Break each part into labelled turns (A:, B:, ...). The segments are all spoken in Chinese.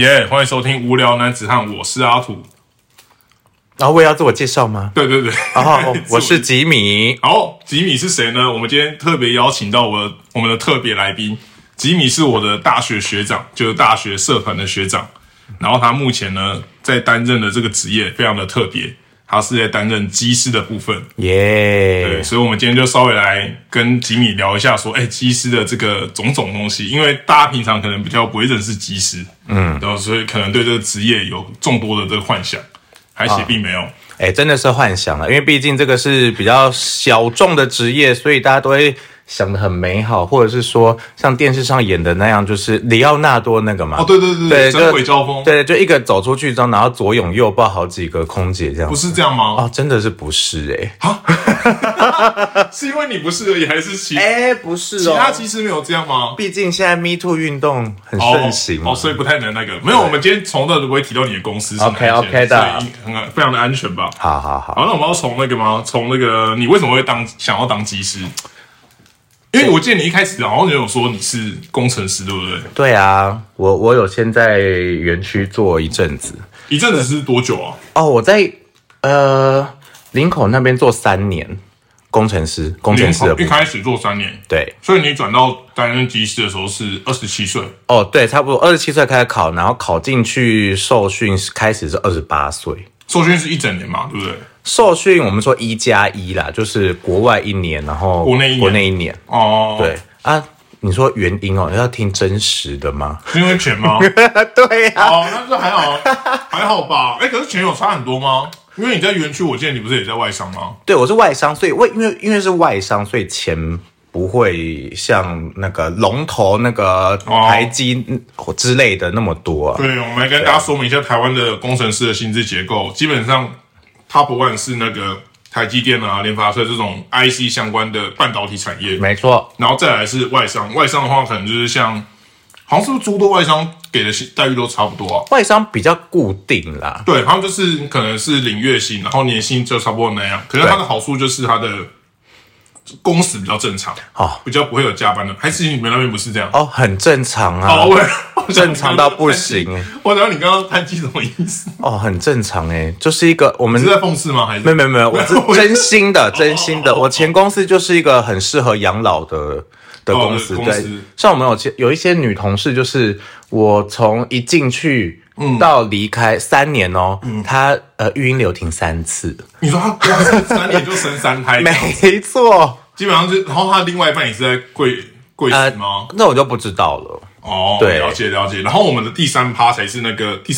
A: 欢迎收听无聊男子汉，我是阿土。
B: 然后我也要自我介绍吗？
A: 对对对，
B: 我是吉米。
A: 好，吉米是谁呢？我们今天特别邀请到我们的特别来宾，吉米是我的大学学长，就是大学社团的学长。然后他目前呢，在担任的这个职业非常的特别，他是在担任机师的部分。对，所以我们今天就稍微来跟吉米聊一下说，机师的这个种种东西，因为大家平常可能比较不会认识机师，然后所以可能对这个职业有众多的这个幻想。还写并没有，
B: 真的是幻想了，因为毕竟这个是比较小众的职业，所以大家都会想得很美好，或者是说像电视上演的那样，就是里奥纳多那个嘛。
A: 对，神鬼交锋。
B: 对，就一个走出去之后，然后左拥右抱好几个空姐这样。
A: 不是这样吗？
B: 真的是不是
A: 是因为你不是而已，还是
B: 不是
A: 其他机师没有这样吗？
B: 毕竟现在 Me Too 运动很盛行
A: 所以不太能那个。没有，我们今天从头都不会提到你的公司是
B: OK 的，
A: 所以非常的安全吧。
B: 好，
A: 那我们要从那个吗？从那个你为什么会想要當机师？因为我记得你一开始好像有说你是工程师，对不对？
B: 对啊，我有先在园区做一阵子。
A: 一阵子是多久啊？
B: 我在林口那边做3年工程师的部分。
A: 一开始做3年，
B: 对。
A: 所以你转到担任机师的时候是27岁。
B: 对，差不多27岁开始考，然后考进去受训开始是28岁。
A: 受训是1整年嘛，对不对？
B: 受训我们说1+1啦，就是国外1年，然后国内1年。对啊，你说原因要听真实的吗？
A: 因为钱吗？
B: 对啊。
A: 那这还好吧？可是钱有差很多吗？因为你在园区，我记得你不是也在外商吗？
B: 对，我是外商，所以因为是外商，所以钱不会像那个龙头那个台积之类的那么多啊。
A: 对，我们来跟大家说明一下台湾的工程师的薪资结构，基本上 Top 1是那个台积电啊、联发科这种 IC 相关的半导体产业，
B: 没错。
A: 然后再来是外商，外商的话可能就是像，好像是不是诸多外商给的待遇都差不多啊？外
B: 商比较固定啦，
A: 对，他们就是可能是领月薪，然后年薪就差不多那样。可是它的好处就是它的工时比较正常，比较不会有加班的。还是你们那边不是这样？很正常啊，正常到不行我想你刚刚叹气什么意思？
B: 很正常就是一个我们
A: 是在讽刺吗？还是
B: 没有，我是真心的，真心的。我前公司就是一个很适合养老的公司，对。像我们有一些女同事，就是我从一进去到离开3年她育婴留停3次。你说她光是
A: 3年就生3胎？
B: 没错，
A: 基本上就，然后她另外一半也是在贵司吗？
B: 那我就不知道了。
A: 对，了解。然后我们的第3趴才是那个第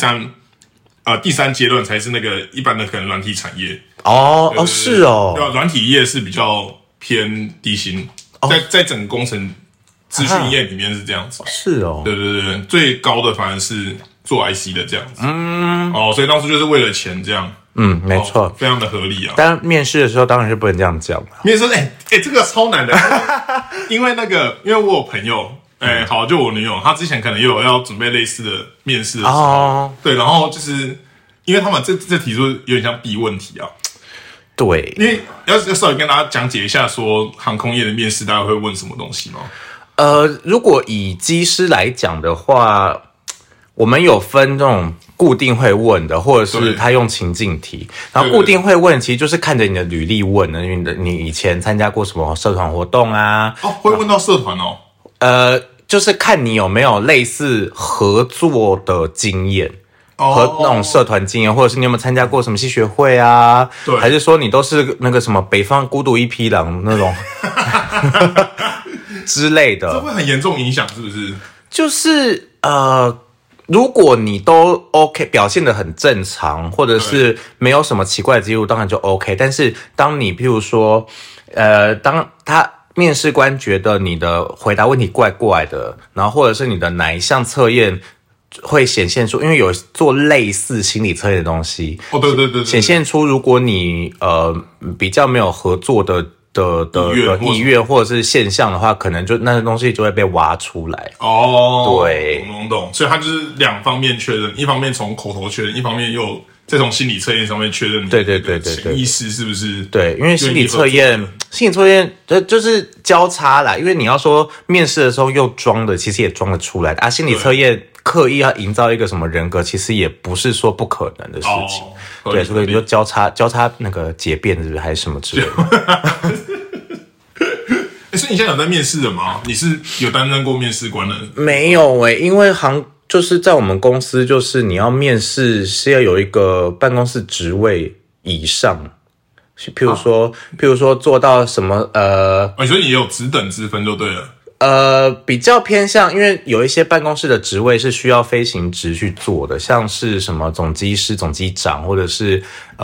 A: 3阶段才是那个一般的可能软体产业。
B: 是
A: 对，软体业是比较偏低薪，在整个工程资讯业里面是这样子。
B: 是
A: 对，最高的反而是做 IC 的这样子。所以当初就是为了钱这样。
B: 没错，
A: 非常的合理啊。
B: 但面试的时候当然是不能这样讲嘛。
A: 面试这个超难的，因为我有朋友。就我女友，她之前可能也有要准备类似的面试的时候，对，然后就是因为他们这题目有点像必问题啊，
B: 对，
A: 因为要稍微跟大家讲解一下，说航空业的面试大概会问什么东西吗？
B: 如果以机师来讲的话，我们有分这种固定会问的，或者是他用情境题，然后固定会问其实就是看着你的履历问的，因为你以前参加过什么社团活动啊？
A: 会问到社团哦。
B: 就是看你有没有类似合作的经验，和那种社团经验，或者是你有没有参加过什么系学会啊？对，还是说你都是那个什么北方孤独一匹狼那种之类的？
A: 这会很严重影响，是不是？
B: 就是如果你都 OK， 表现得很正常，或者是没有什么奇怪的记录，当然就 OK。但是当你譬如说，当他面试官觉得你的回答问题怪怪的，然后或者是你的哪一项测验会显现出，因为有做类似心理测验的东西，
A: 对，
B: 显现出如果你比较没有合作的意愿或者是现象的话，可能就那些东西就会被挖出来。对，
A: 懂。所以他就是2方面确认，一方面从口头确认，一方面又再从心理测验上面确认你的潜意识是不是？
B: 对，因为心理测验就是交叉啦，因为你要说面试的时候又装的，其实也装得出来的啊。心理测验刻意要营造一个什么人格，其实也不是说不可能的事情。对，所以你就交叉那个结辩是不是还是什么之类的？
A: 所以你现在有在面试的吗？你是有担任过面试官的？
B: 没有因为就是在我们公司，就是你要面试是要有一个办公室职位以上，譬如说做到什么
A: 所以也有职等之分就对了。
B: 比较偏向，因为有一些办公室的职位是需要飞行职去做的，像是什么总机师、总机长，或者是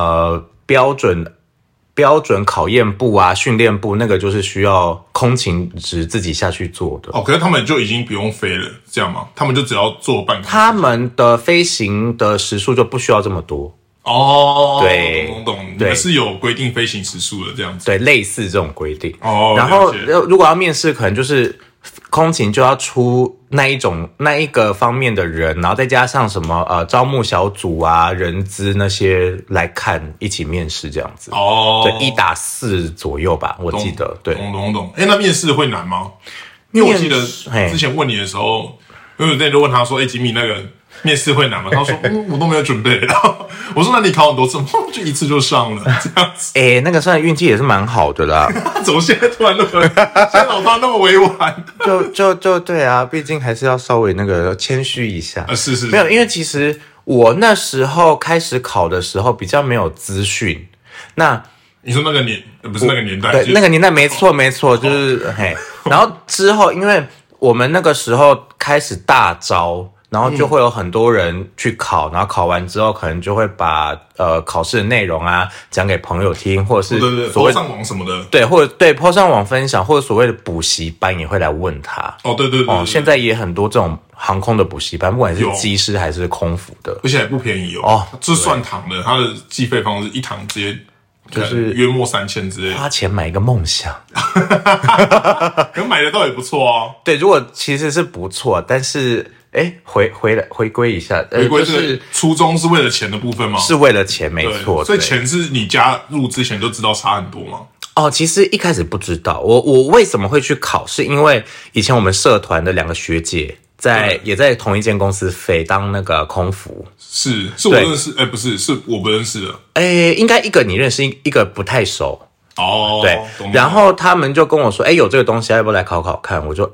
B: 标准考验部啊、训练部，那个就是需要空勤职自己下去做的。
A: 可是他们就已经不用飞了，这样吗？他们就只要坐办公室。
B: 他们的飞行的时数就不需要这么多。对，
A: 懂，你们是有规定飞行时数的这样子。
B: 对，类似这种规定。
A: 然
B: 后如果要面试，可能就是空勤就要出那一个方面的人，然后再加上什么招募小组啊、人资那些来看一起面试这样子。对，1打4左右吧，我记得。对，
A: 懂。那面试会难吗？因为我记得之前问你的时候，因为我之前就问他说：“吉米，那个面试会难吗？”他说：“我都没有准备。”然后我说：“那你考很多次吗？”就一次就上了，这样子。
B: 那个算运气也是蛮好的啦。
A: 怎么现在突然那么，现在老大那么委婉？
B: 就对啊，毕竟还是要稍微那个谦虚一下。
A: 是
B: 没有，因为其实我那时候开始考的时候比较没有资讯。那
A: 你说那个不是那个年代？
B: 对，那个年代没错，就是然后之后，因为我们那个时候开始大招。然后就会有很多人去考，然后考完之后可能就会把考试的内容啊讲给朋友听，或者是所谓
A: 上网什么的，
B: 对，或者对 po 上网分享，或者所谓的补习班也会来问他。
A: 对，
B: 现在也很多这种航空的补习班，不管是机师还是空服的，
A: 而且还不便宜这算堂的，它的计费方式一堂直接就是约莫3000之类的，
B: 花钱买一个梦想，
A: 可能买得到也不错啊。
B: 对，如果其实是不错，但是。回归一下，
A: 就是初衷是为了钱的部分吗？
B: 是为了钱，没错。
A: 所以钱是你加入之前就知道差很多吗？
B: 其实一开始不知道。我为什么会去考，是因为以前我们社团的2个学姐也在同一间公司飞当那个空服。
A: 是我认识，不是我不认识的。
B: 应该一个你认识，一个不太熟。
A: 对。
B: 然后他们就跟我说，有这个东西，要不要来考考看？我就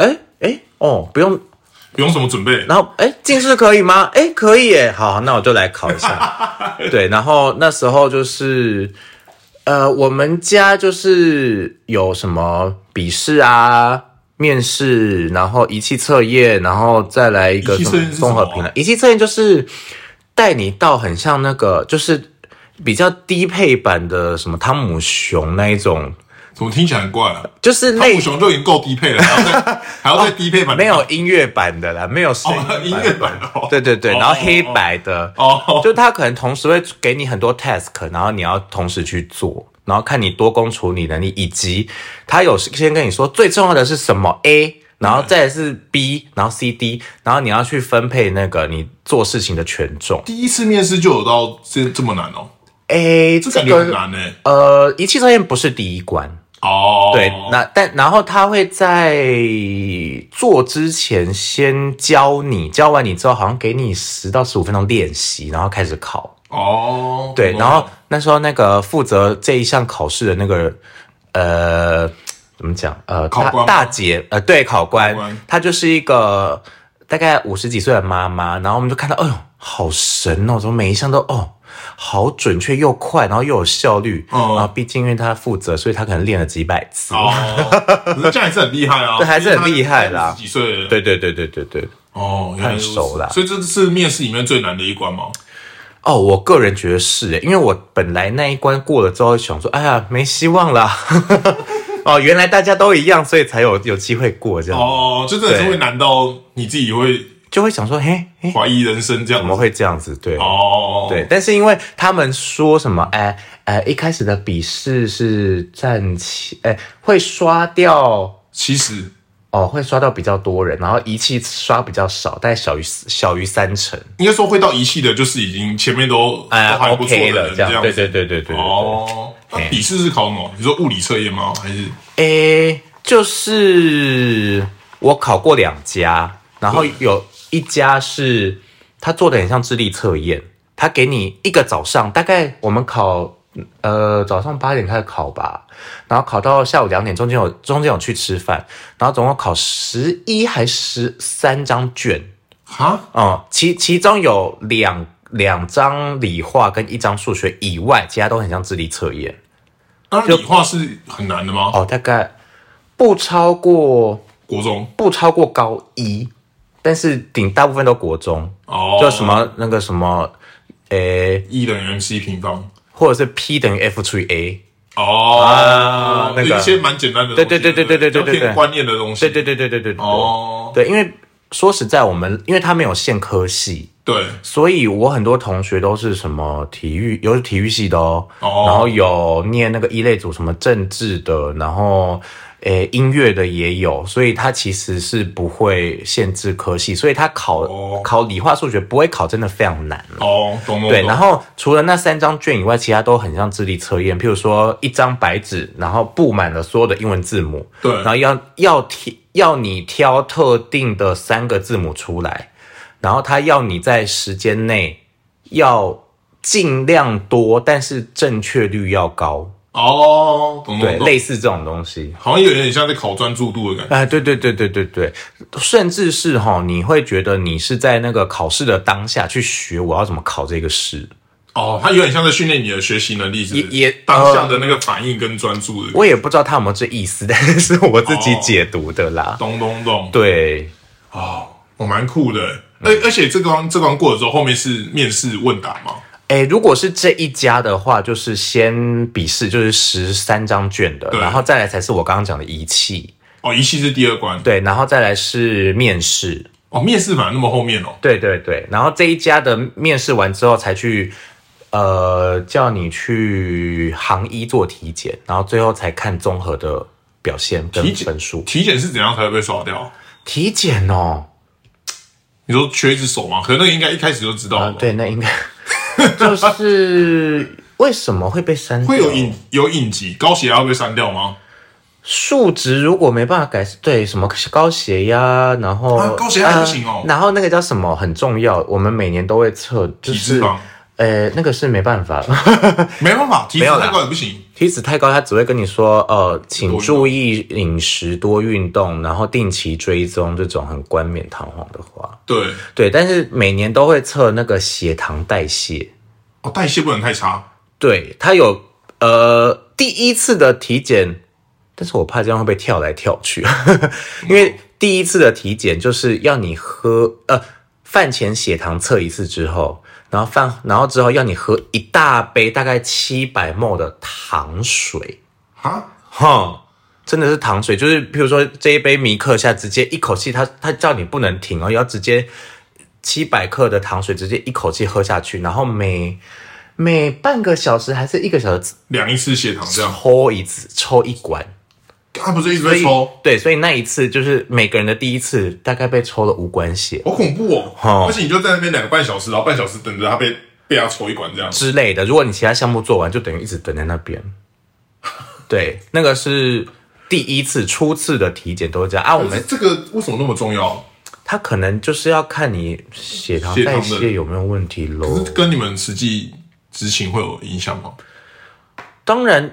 A: 不用什么准备，
B: 然后进士可以吗？可以耶，好，那我就来考一下。对，然后那时候就是我们家就是有什么笔试啊、面试，然后仪器测验，然后再来一个什么综合评论。仪器测验就是带你到很像那个，就是比较低配版的什么汤姆熊那一种。
A: 怎么听起来很怪啊？
B: 就是
A: 汤姆熊就已经够低配了，还要再低配版
B: 没有音乐版的啦，没有声
A: 音乐版的。
B: 对，然后黑白的就它可能同时会给你很多 task， 然后你要同时去做，然后看你多工处理能力，以及它有先跟你说最重要的是什么 A， 然后再来是 B， 然后 C、D， 然后你要去分配那个你做事情的权重。
A: 第一次面试就有到这么难哦？
B: 这
A: 感觉很难欸。
B: 仪器测验不是第一关。对，然后他会在做之前先教你，教完你之后好像给你10到15分钟练习，然后开始考。对，然后那时候那个负责这一项考试的那个怎么讲
A: 考官
B: 大姐对，考官她就是一个大概50几岁的妈妈，然后我们就看到好神哦，怎么每一项都好准确又快，然后又有效率。然后毕竟因为他负责，所以他可能练了几百次。
A: 可是这样也是很厉害啊。
B: 对，还是很厉害啦。
A: 几岁了？
B: 对。
A: 太
B: 熟了。
A: 所以这是面试里面最难的一关吗？
B: 我个人觉得是因为我本来那一关过了之后，想说，哎呀，没希望啦。原来大家都一样，所以才有机会过这样。
A: 就真的是会难到你自己
B: 就会想说，
A: 怀疑人生这样子，
B: 怎么会这样子？对，对，但是因为他们说什么，一开始的笔试是占会刷掉
A: 70，
B: 会刷到比较多人，然后仪器刷比较少，大概小于30%。
A: 应该说会到仪器的，就是已经前面都还不错的人这样。
B: 对。
A: 那笔试是考什么？你说物理测验吗？还是？
B: 就是我考过2家。然后一家是他做的很像智力测验，他给你一个早上，大概我们考早上8点开始考吧，然后考到下午2点，中间有去吃饭，然后总共考11还13张卷。
A: 哈，
B: 其中有两张理化跟1张数学以外，其他都很像智力测验。
A: 那理化是很难的吗？
B: 大概不超过
A: 国中，
B: 不超过高1，但是大部分都国中。就什么那个什么
A: ，E 等于 MC 平方，
B: 或者是 P 等于 F 除以 A。
A: 那个一些蛮简单的东西，对，观念的东西，
B: 对。对，因为说实在，因为他没有限科系，
A: 对，
B: 所以我很多同学都是什么有体育系的然后有念那个一类组什么政治的，然后音乐的也有，所以他其实是不会限制科系，所以他考理化数学不会考真的非常难
A: 懂。
B: 对，然后除了那3张卷以外，其他都很像智力测验，譬如说一张白纸，然后布满了所有的英文字母，
A: 对，
B: 然后要你挑特定的3个字母出来，然后他要你在时间内要尽量多，但是正确率要高。
A: 懂。
B: 对，类似这种东西，
A: 好像有点像在考专注度的感觉。
B: 对，甚至是你会觉得你是在那个考试的当下去学我要怎么考这个试。
A: 它有点像在训练你的学习能力，也当下的那个反应跟专注的。
B: 我也不知道他有没有这意思，但是我自己解读的啦。
A: 懂。
B: 对，
A: 蛮酷的。而且这关过了之后，后面是面试问答吗？
B: 如果是这一家的话，就是先笔试，就是13张卷的，然后再来才是我刚刚讲的仪器。
A: 仪器是第2关。
B: 对，然后再来是面试。
A: 面试反而那么后面
B: 对，然后这一家的面试完之后才去叫你去行医做体检，然后最后才看综合的表现跟分数。
A: 体检是怎样才会被刷掉？
B: 体检
A: 你说缺一只手吗？可能那个应该一开始就知道了。
B: 对，那应该就是为什么会被删掉？
A: 会有隐疾，高血压会被删掉吗？
B: 数值如果没办法改，对，什么高血压，然后
A: 高血压也不行
B: 然后那个叫什么很重要，我们每年都会测，就是
A: 体脂肪。
B: 那个是没办法，
A: 没办法，体脂太高也不行。
B: 体脂太高，他只会跟你说，请注意饮食、多运动，然后定期追踪这种很冠冕堂皇的话。对，但是每年都会测那个血糖代谢。
A: 代谢不能太差。
B: 对，他有第1次的体检，但是我怕这样会被跳来跳去，因为第1次的体检就是要你喝饭前血糖测1次之后。然后之后要你喝一大杯大概700ml 的糖水。真的是糖水，就是譬如说这一杯米克夏直接一口气，他叫你不能停要直接700克的糖水直接一口气喝下去，然后每半个小时还是1个小时
A: 量一次血糖这样，
B: 抽一管。
A: 他不是一直在抽？
B: 对，所以那一次就是每个人的第1次，大概被抽了5管血，
A: 好恐怖而且你就在那边2个半小时，然后半小时等着他被他抽一管这样
B: 之类的。如果你其他项目做完，就等于一直等在那边。对，那个是第1次初次的体检都是这样我们
A: 这个为什么那么重要？
B: 他可能就是要看你血糖代谢有没有问题咯。
A: 可是跟你们实际执勤会有影响吗？
B: 当然，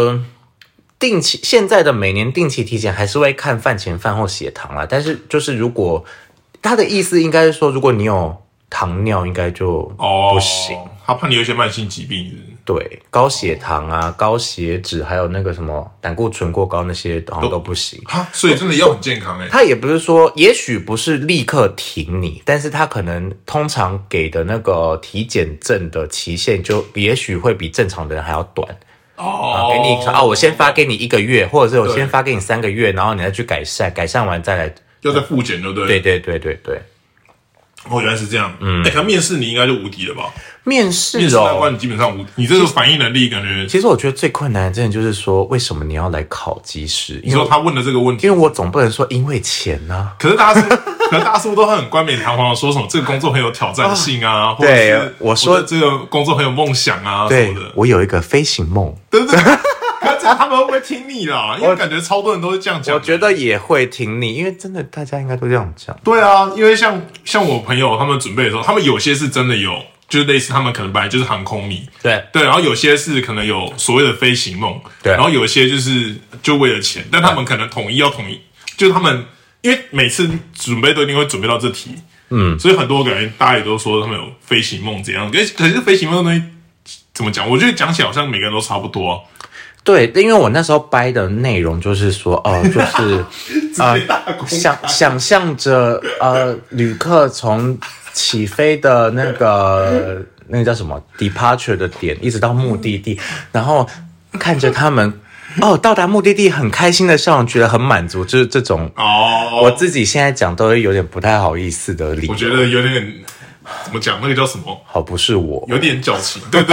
B: 现在的每年定期体检还是会看饭前饭后血糖啦，但是就是如果他的意思应该是说，如果你有糖尿应该就不行。
A: 他怕你有一些慢性疾病是不是？
B: 对，高血糖啊、高血脂，还有那个什么胆固醇过高那些好像都不行。
A: 所以真的要很健康
B: 他也不是说，也许不是立刻停你，但是他可能通常给的那个体检证的期限就也许会比正常的人还要短。给你我先发给你1个月，或者是我先发给你3个月，然后你再去改善，改善完再来
A: 要再复检，对不对？
B: 对。
A: 原来是这样。可面试你应该就无敌了吧？
B: 面试
A: 那关你基本上你这个反应能力感觉。
B: 其实我觉得最困难的真的就是说，为什么你要来考技师？
A: 你说他问的这个问题，
B: 因为我总不能说因为钱啊。
A: 可是大家是不是都很冠冕堂皇的说什么这个工作很有挑战性啊？或者是
B: 我说
A: 这个工作很有梦想啊？
B: 对，
A: 什么的。
B: 我有一个飞行梦。
A: 对。可是他们会不会听你啦？因为感觉超多人都是这样讲。
B: 我觉得也会听你，因为真的大家应该都这样讲。
A: 对啊，因为像我朋友他们准备的时候，他们有些是真的有，就是类似他们可能本来就是航空迷，
B: 对，
A: 然后有些是可能有所谓的飞行梦，
B: 对，
A: 然后有些就为了钱，但他们可能统一，就是他们因为每次准备都一定会准备到这题，所以很多感觉大家也都说他们有飞行梦怎样，可是飞行梦的东西怎么讲？我觉得讲起来好像每个人都差不多啊。
B: 对，因为我那时候掰的内容就是说，就是想象着旅客从起飞的那个叫什么 departure 的点，一直到目的地，然后看着他们到达目的地很开心的笑容，觉得很满足，就是这种我自己现在讲都会有点不太好意思的理由。
A: 我觉得有点怎么讲，那个叫什么？
B: 好，不是我，
A: 有点矫情，对，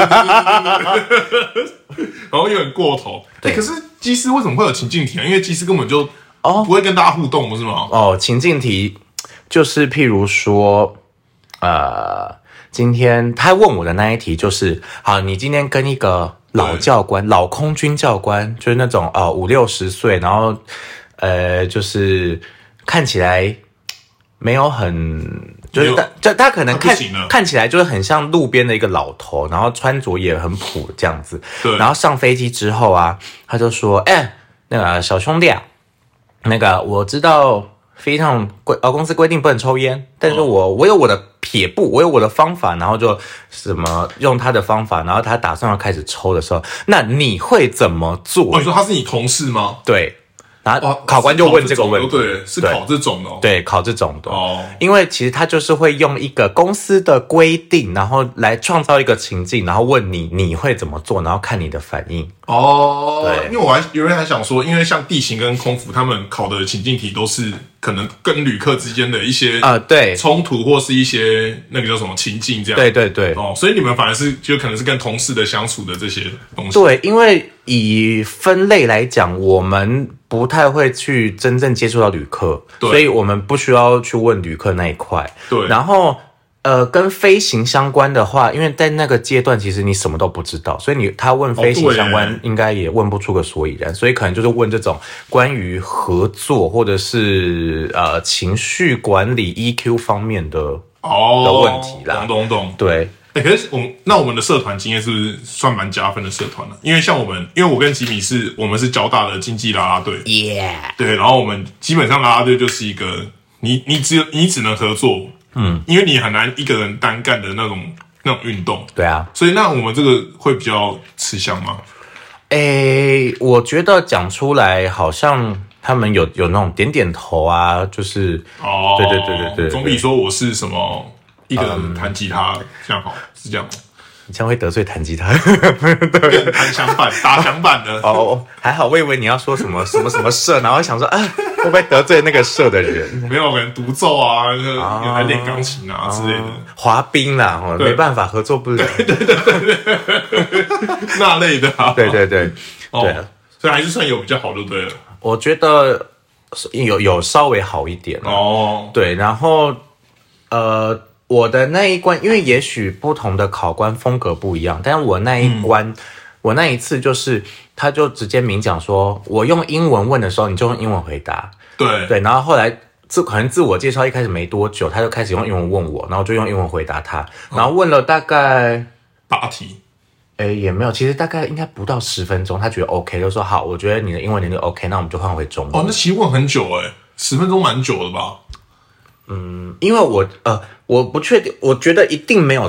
A: 然后有点过头。可是机师为什么会有情境题啊？因为机师根本就不会跟大家互动，不是吗？
B: 情境题就是譬如说，今天他问我的那一题就是，好，你今天跟一个老教官、老空军教官，就是那种50-60岁，然后就是看起来没有很，就是他可能看起来就是很像路边的一个老头，然后穿着也很普这样子。
A: 对。
B: 然后上飞机之后啊，他就说：“那个小兄弟啊，那个我知道飞机上公司规定不能抽烟，但是我有我的撇步，我有我的方法，然后就什么用他的方法，然后他打算要开始抽的时候，那你会怎么做？”
A: 你说他是你同事吗？
B: 对。然后考官就问这个问题，
A: 对，是考这种的，
B: 对，考这种的因为其实他就是会用一个公司的规定，然后来创造一个情境，然后问你会怎么做，然后看你的反应。
A: 对，因为有人还想说，因为像地勤跟空服他们考的情境题都是可能跟旅客之间的一些
B: 对
A: 冲突或是一些那个叫什么情境这样。
B: 对
A: 所以你们反而是就可能是跟同事的相处的这些东西。
B: 对，因为以分类来讲，我们不太会去真正接触到旅客，所以我们不需要去问旅客那一块。
A: 对，
B: 然后跟飞行相关的话，因为在那个阶段其实你什么都不知道，所以他问飞行相关应该也问不出个所以然，所以可能就是问这种关于合作或者是情绪管理 EQ 方面的问题啦。
A: 懂。
B: 对。
A: 可是我们的社团经验是不是算蛮加分的社团呢？因为像因为我跟吉米我们是交大的竞技啦啦队，对，然后我们基本上啦啦队就是一个你只能合作，因为你很难一个人单干的那种运动，
B: 对啊，
A: 所以那我们这个会比较吃香吗？
B: 我觉得讲出来好像他们有那种点头啊，就是对，
A: 总比说我是什么。一个人弹吉他这样好，是这样吗？
B: 你这样会得罪弹吉他，
A: 弹响板、打响板的。
B: 还好，我以为你要说什么社，然后想说会不会得罪那个社的人？
A: 没有，可能独奏啊，还练钢琴啊之类的。
B: 滑冰啦，没办法，合作不了。
A: 对，那类的啊。
B: 对，
A: 所以还是算有比较好就对了。
B: 我觉得有稍微好一点对，然后我的那一关，因为也许不同的考官风格不一样，但是我那一关，我那一次就是他就直接明讲说，我用英文问的时候，你就用英文回答。对，然后后来可能自我介绍一开始没多久，他就开始用英文问我，然后就用英文回答他，然后问了大概
A: 8题。
B: 也没有，其实大概应该不到10分钟，他觉得 OK， 就说好，我觉得你的英文能力 OK， 那我们就换回中文。
A: 那其实问很久10分钟蛮久的吧？
B: 因为我不确定，我觉得一定没有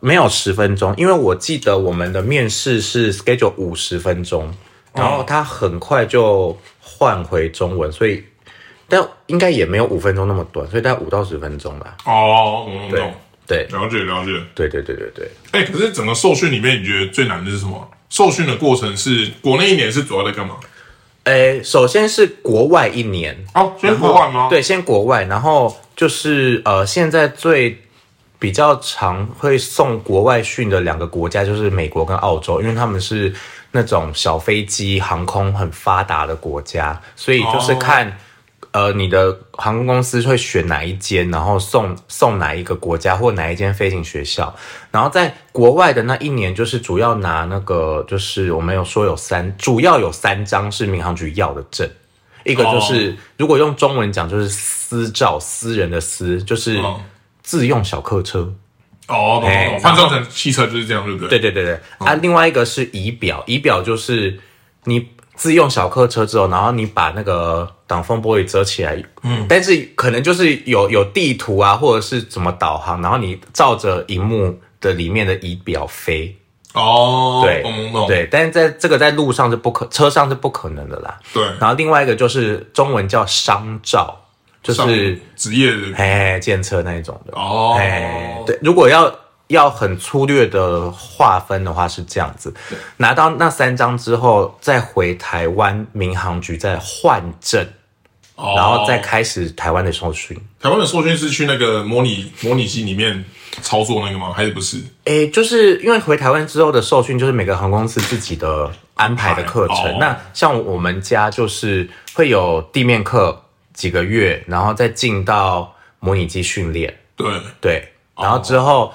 B: 10分钟，因为我记得我们的面试是 schedule 50分钟，然后他很快就换回中文，所以但应该也没有5分钟那么短，所以大概5到10分钟吧。对，
A: 了解。
B: 对。
A: 可是整个受训里面，你觉得最难的是什么？受训的过程是国内1年是主要在干嘛？
B: 首先是国外1年。
A: 先国外吗？
B: 对，先国外，然后就是现在比较常会送国外训的2个国家就是美国跟澳洲，因为他们是那种小飞机航空很发达的国家，所以就是看你的航空公司会选哪一间，然后送哪一个国家或哪一间飞行学校，然后在国外的那一年，就是主要拿那个，就是我们有说主要有3张是民航局要的证，一个就是如果用中文讲就是私照，私人的私，就是自用小客车。
A: 懂，换算成汽车就是这样，对不对？
B: 对。另外一个是仪表，仪表就是你自用小客车之后，然后你把那个挡风玻璃遮起来，但是可能就是有地图啊，或者是怎么导航，然后你照着荧幕的里面的仪表飞。对，但是在路上是车上是不可能的啦。
A: 对，
B: 然后另外一个就是中文叫商照，就是
A: 职业的
B: 建车那一种的。对，如果要很粗略的划分的话是这样子，拿到那3张之后，再回台湾民航局再换证，然后再开始台湾的受训。
A: 台湾的受训是去那个模拟机里面操作那个吗？还是不是？
B: 就是因为回台湾之后的受训，就是每个航空公司自己的安排的课程。那像我们家就是会有地面课几个月，然后再进到模拟机训练。对，然后之后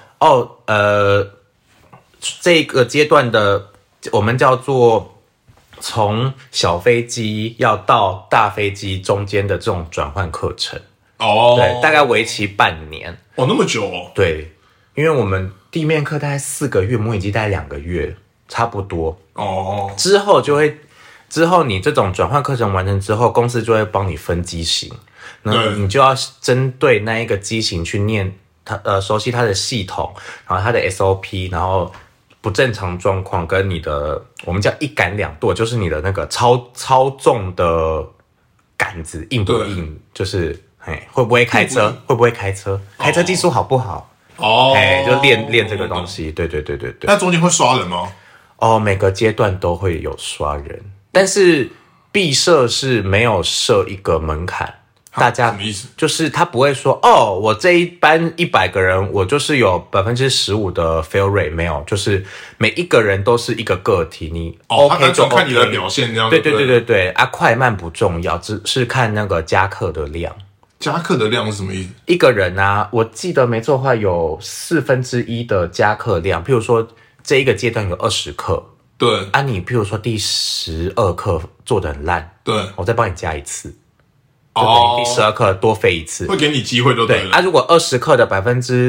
B: 这个阶段的我们叫做从小飞机要到大飞机中间的这种转换课程。对，大概为期半年。
A: 那么久哦。
B: 对，因为我们地面课大概4个月，模拟机大概2个月，差不多。之后你这种转换课程完成之后，公司就会帮你分机型，那你就要针对那一个机型去念熟悉它的系统，然后它的 SOP， 然后不正常状况跟你的我们叫一杆两舵，就是你的那个操纵的杆子硬不硬，就是会不会开车，开车技术好不好，就练这个东西。对。
A: 那中间会刷人吗？
B: 每个阶段都会有刷人，但是毕设是没有设一个门槛。大家
A: 什么意思？
B: 就是他不会说我这一班100个人，我就是有15%的 fail rate， 没有，就是每一个人都是一个个体，你 OK 就 OK，
A: 看你的表现这样。
B: 对快慢不重要，只是看那个加课的量。
A: 加课的量是什么意思？
B: 一个人啊，我记得没错的话，有1/4的加课量，譬如说这一个阶段有20课，
A: 对
B: 你譬如说第12课做得很烂，
A: 对，
B: 我再帮你加一次。就等于第12课多费一次，
A: 会给你机会就对了。
B: 如果20课的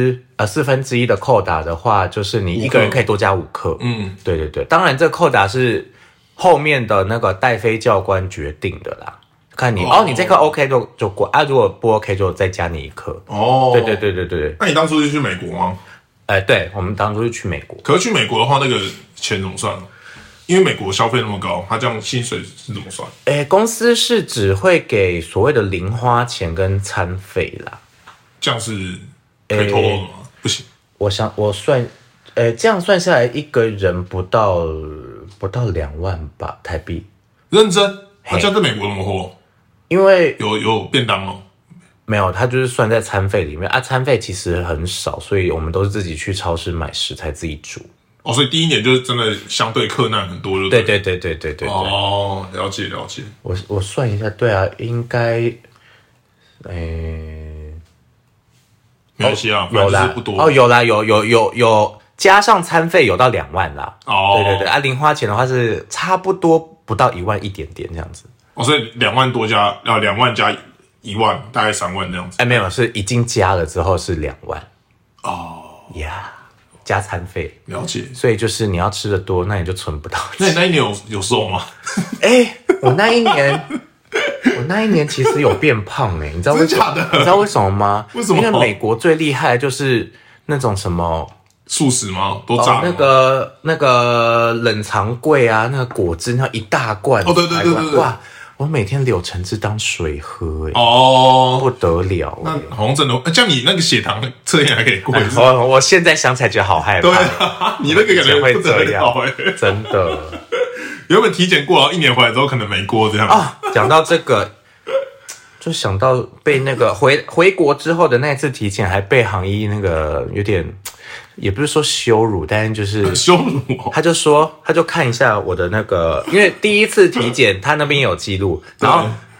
B: 1/4的扣打的话，就是你一个人可以多加5课。对。当然这个扣打是后面的那个带飞教官决定的啦，看你你这课 OK 就过如果不 OK 就再加你1课。对。
A: 那你当初是去美国吗？
B: 对，我们当初是去美国。
A: 可是去美国的话，那个钱怎么算？因为美国消费那么高，他这样薪水是怎么算？
B: 公司是只会给所谓的零花钱跟餐费啦。
A: 这样是可以透露的吗？不行。
B: 我算，这样算下来一个人不到2万吧台币。
A: 认真？这样在美国怎么活？
B: 因为
A: 有便当哦。
B: 没有，它就是算在餐费里面餐费其实很少，所以我们都是自己去超市买食材自己煮。
A: 所以第一年就是真的相对克难很多，
B: 对。
A: 了解。
B: 我算一下，对啊，应该，
A: 没关系啊，
B: 有啦，
A: 不多
B: 有啦，有加上餐费有到2万啦。对，零花钱的话是差不多不到1万一点点这样子。
A: 所以2万多加2万加1万，大概3万这样子。
B: 没有，是已经加了之后是2万。加餐费，
A: 了解。
B: 所以就是你要吃的多，那你就存不到钱。
A: 那你那一年有瘦吗？
B: 我那一年其实有变胖你知道为什么？你知道为什么吗？
A: 为什么？
B: 因为美国最厉害的就是那种什么
A: 素食吗？都炸
B: 那个冷藏柜啊，那个果汁那一大罐。
A: 对。
B: 哇！我每天柳橙汁当水喝，不得了。
A: 那好像真的，这样你那个血糖测验还可以过。
B: 我现在想起来觉得好害怕。
A: 对啊，你那个感觉会这样，
B: 真的。
A: 原本体检过，然后1年回来之后可能没过这样。
B: 讲到这个，就想到被那个回国之后的那次体检，还被行医那个有点。也不是说羞辱，但是就是
A: 羞辱。
B: 他就看一下我的那个，因为第一次体检他那边有记录，然后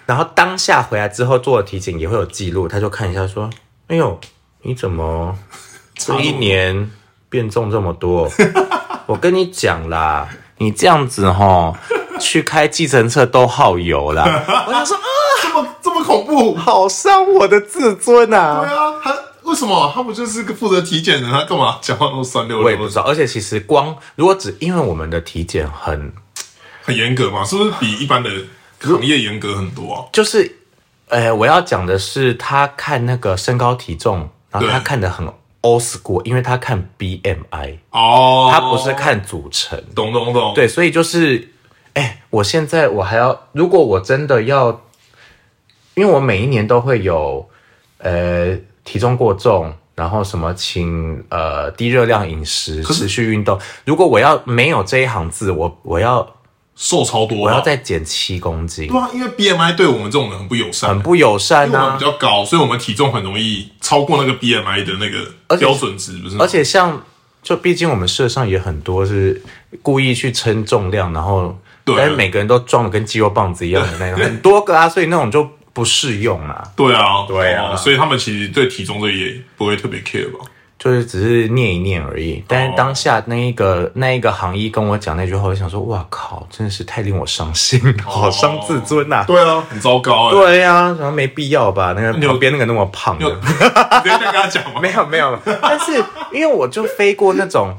B: 然后当下回来之后做了体检也会有记录，他就看一下说：“哎呦，你怎么这一年变重这么多？我跟你讲啦，你这样子去开计程车都耗油啦。”我想说
A: 这么恐怖，
B: 好伤我的自尊啊！
A: 对啊，他为什么他不就是个负责体检的？他干嘛讲话那么酸溜溜？
B: 我也不知道，而且其实如果因为我们的体检很
A: 严格嘛，是不是比一般的行业严格很多啊？
B: 就是，我要讲的是，他看那个身高体重，然后他看得很 old school， 因为他看 BMI 他不是看组成。
A: 懂。
B: 对，所以就是，我现在我还要，如果我真的要，因为我每一年都会有，体重过重，然后什么请低热量饮食，持续运动。如果我要没有这一行字，我要
A: 瘦超多，
B: 我要再减7公斤。
A: 对啊，因为 BMI 对我们这种人很不友善，
B: 很不友善啊。
A: 因为我们比较高，所以我们体重很容易超过那个 BMI 的那个标准值，不是吗？
B: 而且就毕竟我们社上也很多是故意去称重量，然后但是每个人都壮的跟肌肉棒子一样的那种，很多个啊，所以那种就不适用啊。
A: 对啊，所以他们其实对体重这也不会特别 care 吧。
B: 就是只是念一念而已，但是当下那一个行医跟我讲那句话，我就想说，哇靠，真的是太令我伤心，好伤自尊呐。
A: 对啊，很糟糕。
B: 对啊，然后没必要吧？那个旁边那个那么胖的，
A: 你直接跟他讲吗？
B: 没有，但是因为我就飞过那种，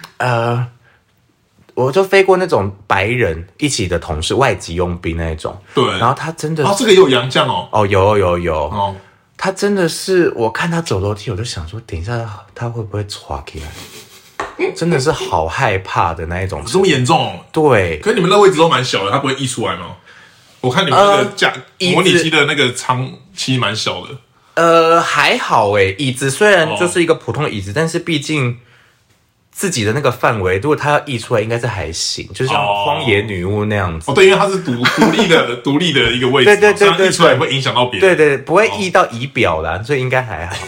B: 白人一起的同事，外籍佣兵那一种。
A: 对，
B: 然后他真的
A: 这个也有洋将哦。
B: 哦，有。他真的是，我看他走楼梯，我就想说，等一下他会不会歘起来？真的是好害怕的那一种。
A: 这么严重？
B: 对。
A: 可是你们那位置都蛮小的，它不会溢出来吗？我看你们那个模拟机的那个舱其实蛮小的。
B: 还好椅子虽然就是一个普通的椅子，但是毕竟自己的那个范围，如果它要溢出来，应该是还行，就像荒野女巫那样子。
A: 对，因为它是独立的一个位置，
B: 对，
A: 溢出来会影响到别人。
B: 对，不会溢到仪表啦，所以应该还好。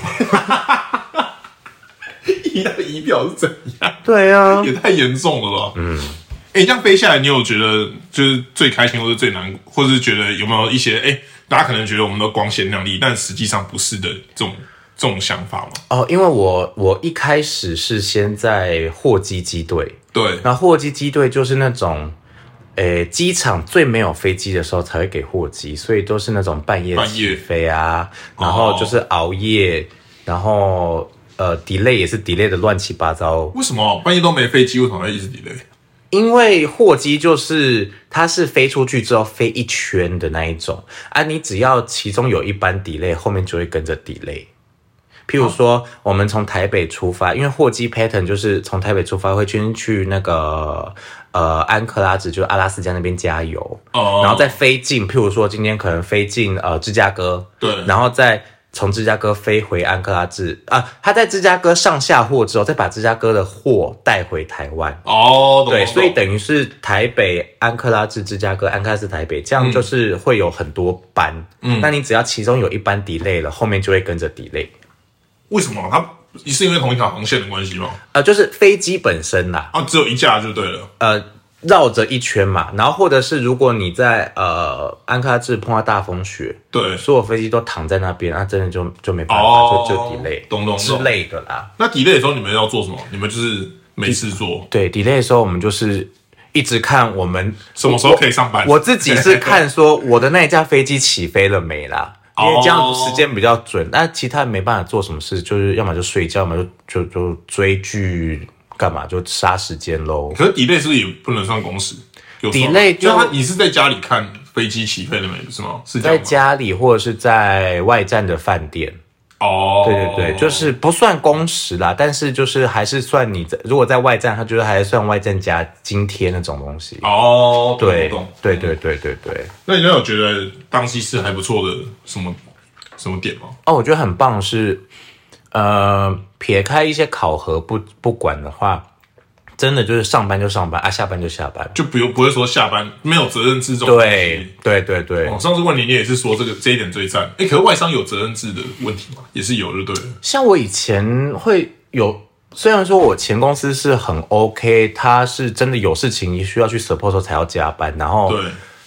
A: 溢到仪表是怎样？
B: 对啊，
A: 也太严重了吧。这样飞下来，你有觉得就是最开心，或者最难，或者是觉得有没有一些大家可能觉得我们都光鲜亮丽，但实际上不是的这种想法吗？
B: 因为我一开始是先在货机机队，
A: 对，
B: 那货机机队就是那种，机场最没有飞机的时候才会给货机，所以都是那种半夜起飞啊，然后就是熬夜，然后delay 也是 delay 的乱七八糟。
A: 为什么半夜都没飞机，为什么会一直 delay？
B: 因为货机就是它是飞出去之后飞一圈的那一种啊，你只要其中有一班 delay， 后面就会跟着 delay。譬如说，我们从台北出发，因为货机 pattern 就是从台北出发会先去那个安克拉治，就是阿拉斯加那边加油，然后再飞进，譬如说今天可能飞进芝加哥，
A: 对，
B: 然后再从芝加哥飞回安克拉治啊，他在芝加哥上下货之后，再把芝加哥的货带回台湾。对，所以等于是台北安克拉治芝加哥，安克拉治台北，这样就是会有很多班。那你只要其中有一班 delay 了，后面就会跟着 delay。
A: 为什么？它是因为同一条航线的关系吗？
B: 就是飞机本身啦。
A: 只有一架就对了。
B: 绕着一圈嘛，然后或者是如果你在安克拉治碰到大风雪，
A: 对，
B: 所有飞机都躺在那边，真的就没办法，就 delay
A: 懂
B: 之类的啦。
A: 那 delay 的时候你们要做什么？你们就是没事做。
B: 对 delay 的时候，我们就是一直看我们
A: 什么时候可以上班。
B: 我自己是看说我的那一架飞机起飞了没啦。因为这样时间比较准，那其他人没办法做什么事，就是要么就睡觉，要么就追剧，干嘛就杀时间咯。
A: 可是 delay 是不是也不能算工时
B: ？delay
A: 就你是在家里看飞机起飞了没，是吗？是这样吗？
B: 在家里或者是在外站的饭店。对，就是不算工时啦，但是就是还是算你如果在外站，它就是还是算外站加津贴那种东西。对。
A: 那你有觉得当机师还不错的什么点吗？
B: 我觉得很棒是，撇开一些考核不管的话，真的就是上班就上班下班就下班，
A: 就不会说下班没有责任制这种东西。
B: 对。
A: 上次问你也是说这一点最赞。可是外商有责任制的问题吗？也是有就对了。
B: 像我以前会有，虽然说我前公司是很 OK，他是真的有事情需要去 support 的时候才要加班，然后
A: 对，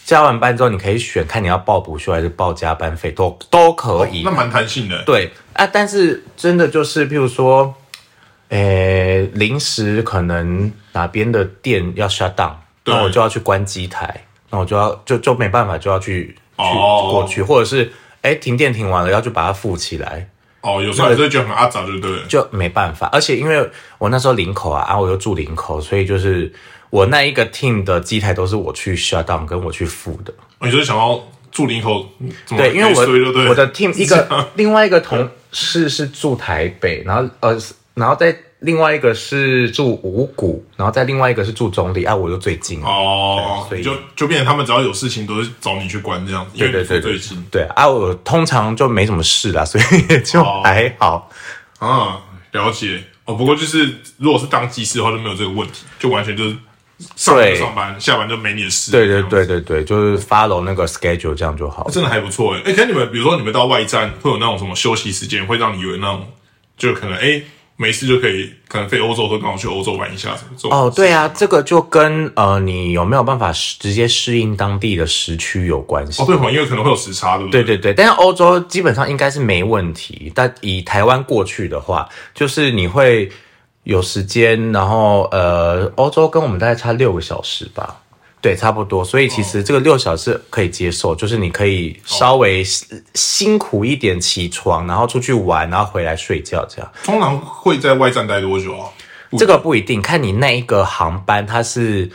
B: 加完班之后，你可以选看你要报补休还是报加班费，都可以。
A: 那蛮弹性的。
B: 对啊，但是真的就是，譬如说，临时可能哪边的店要 shut down， 那我就要去关机台，那我就没办法，就要去过去，或者是停电停完了要去把它复起来。
A: 有时候还是觉得很阿杂，就对了，
B: 就没办法。而且因为我那时候林口啊，我又住林口，所以就是我那一个 team 的机台都是我去 shut down 跟我去付的。
A: 你就是想要住林口？
B: 对，因为我的 team 另外一个同事是住台北，然后在另外一个是住五股，然后在另外一个是住中立啊，我就最近
A: 所以就变成他们只要有事情都是找你去关这样子，因为你最近
B: 对啊，我通常就没什么事啦，所以也就还好
A: 了解不过就是如果是当技师的话就没有这个问题，就完全就是上班就上班，下班就没你的事。
B: 对，就是 follow 那个 schedule 这样就好。
A: 真的还不错可是你们比如说你们到外站会有那种什么休息时间，会让你以为那种就可能没事就可能飞欧洲，或刚好去欧洲玩一下什么
B: 对啊，这个就跟你有没有办法直接适应当地的时区有关系。
A: 对，因为可能会有时差，对不对？
B: 对，但是欧洲基本上应该是没问题。但以台湾过去的话，就是你会有时间，然后欧洲跟我们大概差6个小时吧。对，差不多，所以其实这个6小时可以接受，就是你可以稍微辛苦一点起床，然后出去玩，然后回来睡觉这样。
A: 通常会在外站待多久啊？
B: 这个不一定，看你那一个航班它是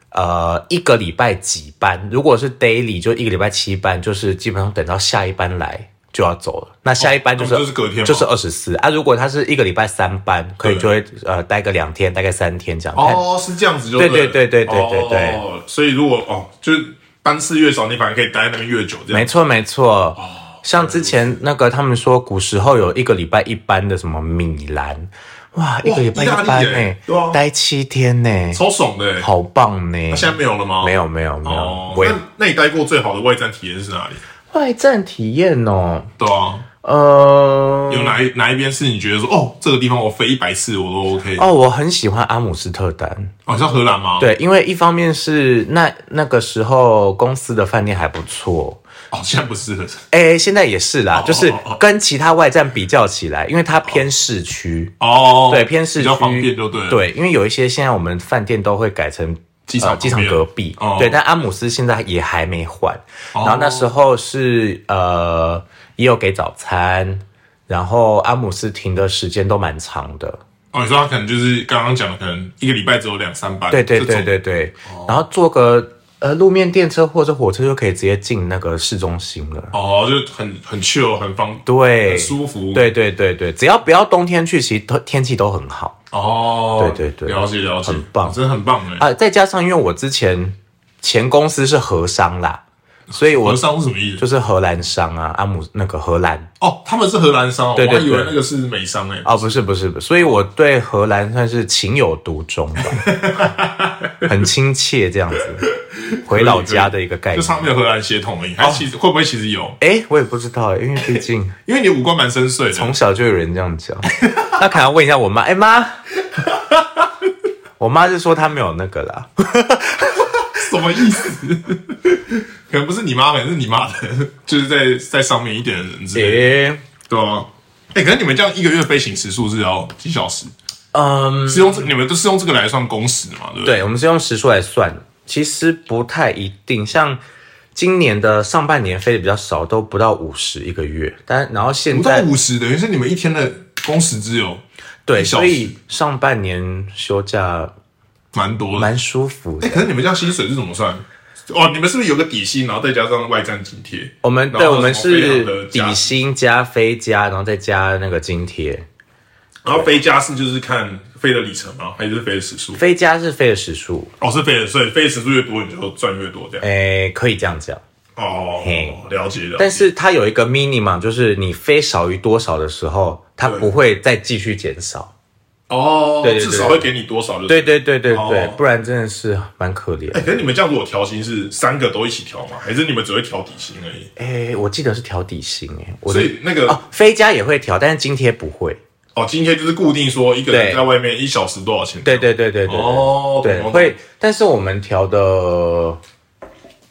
B: 1个礼拜几班，如果是 daily 就1个礼拜7班，就是基本上等到下一班来就要走了。那下一班就是
A: 隔天，
B: 就是24啊。如果它是1个礼拜3班，可以就会待个2天，大概3天这样。
A: 是这样子就
B: 对。
A: 所以如果就是班次越少，你反而可以待在那边越久这
B: 样。没错。像之前那个他们说古时候有1个礼拜1班的什么米兰，哇，1个礼拜1班待7天
A: 超爽的
B: 好棒呢。
A: 现在没有了吗？
B: 没有。
A: 那你待过最好的外站体验是哪里？
B: 外站体验
A: 对啊。有哪一边是你觉得说这个地方我飞100次我都 OK？
B: 我很喜欢阿姆斯特丹。
A: 你知道荷兰吗？
B: 对，因为一方面是那个时候公司的饭店还不错。
A: 现在不是了。
B: 现在也是啦，就是跟其他外站比较起来，因为它偏市区。对，偏市区
A: 比较方便就对了。
B: 对，因为有一些现在我们饭店都会改成机场隔壁。对，但阿姆斯现在也还没换。然后那时候是也有给早餐，然后阿姆斯停的时间都蛮长的。
A: 你说他可能就是刚刚讲的，可能1个礼拜只有2-3班。
B: 对。然后坐个路面电车或者火车就可以直接进那个市中心了。
A: 就很 chill 很方便，
B: 对，
A: 很舒服。
B: 对，只要不要冬天去，其实天气都很好。对，
A: 了解，
B: 很棒，
A: 真的很棒
B: 再加上因为我前公司是荷商啦。所以
A: 荷商是什么意思？
B: 就是荷兰商啊，那个荷兰。
A: 他们是荷兰商。
B: 对，
A: 我还以为那个是美商
B: 不是，所以我对荷兰算是情有独钟吧，很亲切这样子，回老家的一个概念。
A: 就上面有荷兰血统而已，还其实会不会其实有？
B: 我也不知道因为毕竟
A: 因为你五官蛮深邃的，
B: 从小就有人这样讲。那可能要问一下我妈，妈，我妈是说她没有那个啦。
A: 什么意思？可能不是你妈，可能是你妈的，就是在上面一点的人之类的。对啊。可是你们这样1个月飞行时数是要几小时？你们都是用这个来算工时嘛？对不对？
B: 对，我们是用时数来算，其实不太一定。像今年的上半年飞的比较少，都不到50一个月，然后现在
A: 不到50，等于是你们一天的工时只有
B: 对，所以上半年休假
A: 蛮多的，
B: 蛮舒服的。
A: 可是你们这样薪水是怎么算？你们是不是有个底薪，然后再加上外站津贴？
B: 我们是底薪加飞加，然后再加那个津贴。
A: 然后飞加是就是看飞的里程吗？还是飞的时速？
B: 飞加是飞的时速。
A: 是飞的，所以飞的时速越多，你就赚越多这
B: 样。可以这样讲。
A: 了解。
B: 但是它有一个 minimum， 就是你飞少于多少的时候，它不会再继续减少。
A: 对，至少会给你多少就
B: 对，不然真的是蛮可怜。
A: 可是你们这样如果调薪是3个都一起调吗？还是你们只会调底薪而
B: 已？我记得是调底薪
A: 所以那个
B: 飞加也会调，但是津贴不会。
A: 津贴就是固定说一个人在外面1小时多少钱？
B: 对，会。但是我们调的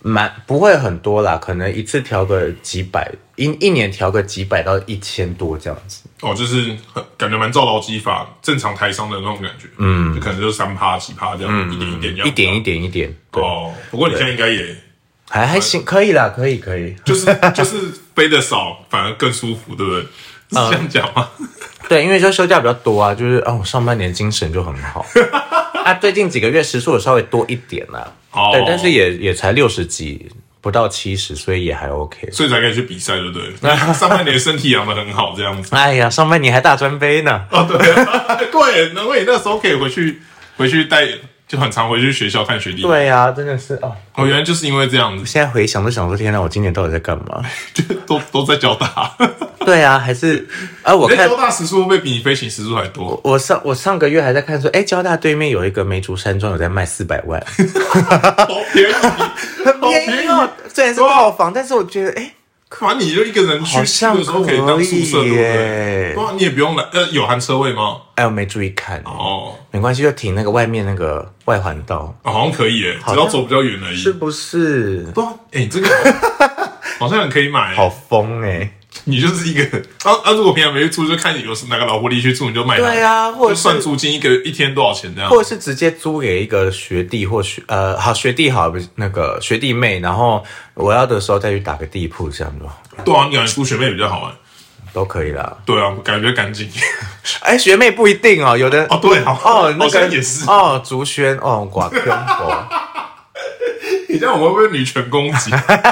B: 不会很多啦，可能一次调个几百，一年调个几百到1000多这样子。
A: 哦，就是感觉蛮照劳基法正常台商的那种感觉，就可能就3%几%这样，一点一点这样，
B: 一点。对
A: 哦，不过你现在应该也
B: 还行，可以啦，可以。
A: 就是飞得少反而更舒服，对不对？是这样讲吗？
B: 对，因为就休假比较多啊，就是上半年精神就很好啊，最近几个月时数有稍微多一点啦，对，但是也才60几，不到70，所以也还 OK，
A: 所以才可以去比赛，对不对？上半年身体养得很好，这样子。
B: 哎呀，上半年还大专杯呢。
A: 哦，对啊，对，难怪你那时候可以回去带，就很常回去学校看学弟。
B: 对啊，真的是
A: 哦，原来就是因为这样子。
B: 现在回想都想说，天哪，我今年到底在干嘛？
A: 就都在交大。
B: 对啊，还是我看
A: 交大时数会不会比你飞行时数还多？
B: 我上个月还在看说，交大对面有一个梅竹山庄有在卖400万，
A: 好便宜，
B: 很便宜哦。虽然是套房，但是我觉得
A: 反正你就一个人去的时候可以当宿舍，对不对？对啊，你也不用来，有含车位吗？
B: 我没注意看没关系，就停那个外面那个外环道，
A: 好像可以耶，只要走比较远而已，
B: 是不是？
A: 对啊，你这个好像很可以买，
B: 好疯
A: 你就是一个如果平常没去住，就看有哪个老狐狸去住，你就卖它。
B: 对啊，或者
A: 就算租金一天多少钱这样，
B: 或者是直接租给一个学弟或学弟好，那个学弟妹，然后我要的时候再去打个地铺这样子。
A: 对啊，你感觉租学妹比较好
B: 都可以啦。
A: 对啊，感觉干净。
B: 学妹不一定有的
A: 对
B: 那个
A: 也是
B: 竹轩寡偏颇。
A: 你这样我们会不会女权攻击？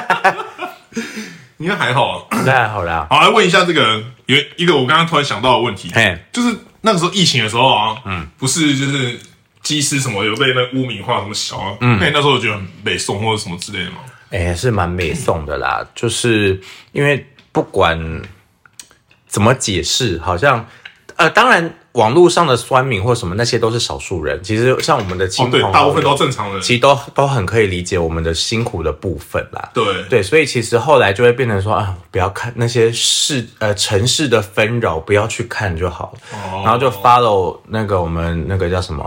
A: 应该还好
B: 应该还好啦。
A: 好，来问一下这个有一个我刚刚突然想到的问题，就是那个时候疫情的时候不是就是机师什么有被那污名化什么小那你那时候有觉得很北宋或者什么之类的吗？
B: 是蛮北宋的啦，就是因为不管怎么解释，好像当然网络上的酸民或什么那些都是少数人，其实像我们的亲朋好友，
A: 大部分都正常人，
B: 其实都很可以理解我们的辛苦的部分啦。
A: 对，
B: 所以其实后来就会变成说不要看那些城市的纷扰，不要去看就好了。然后就 follow 那个我们那个叫什么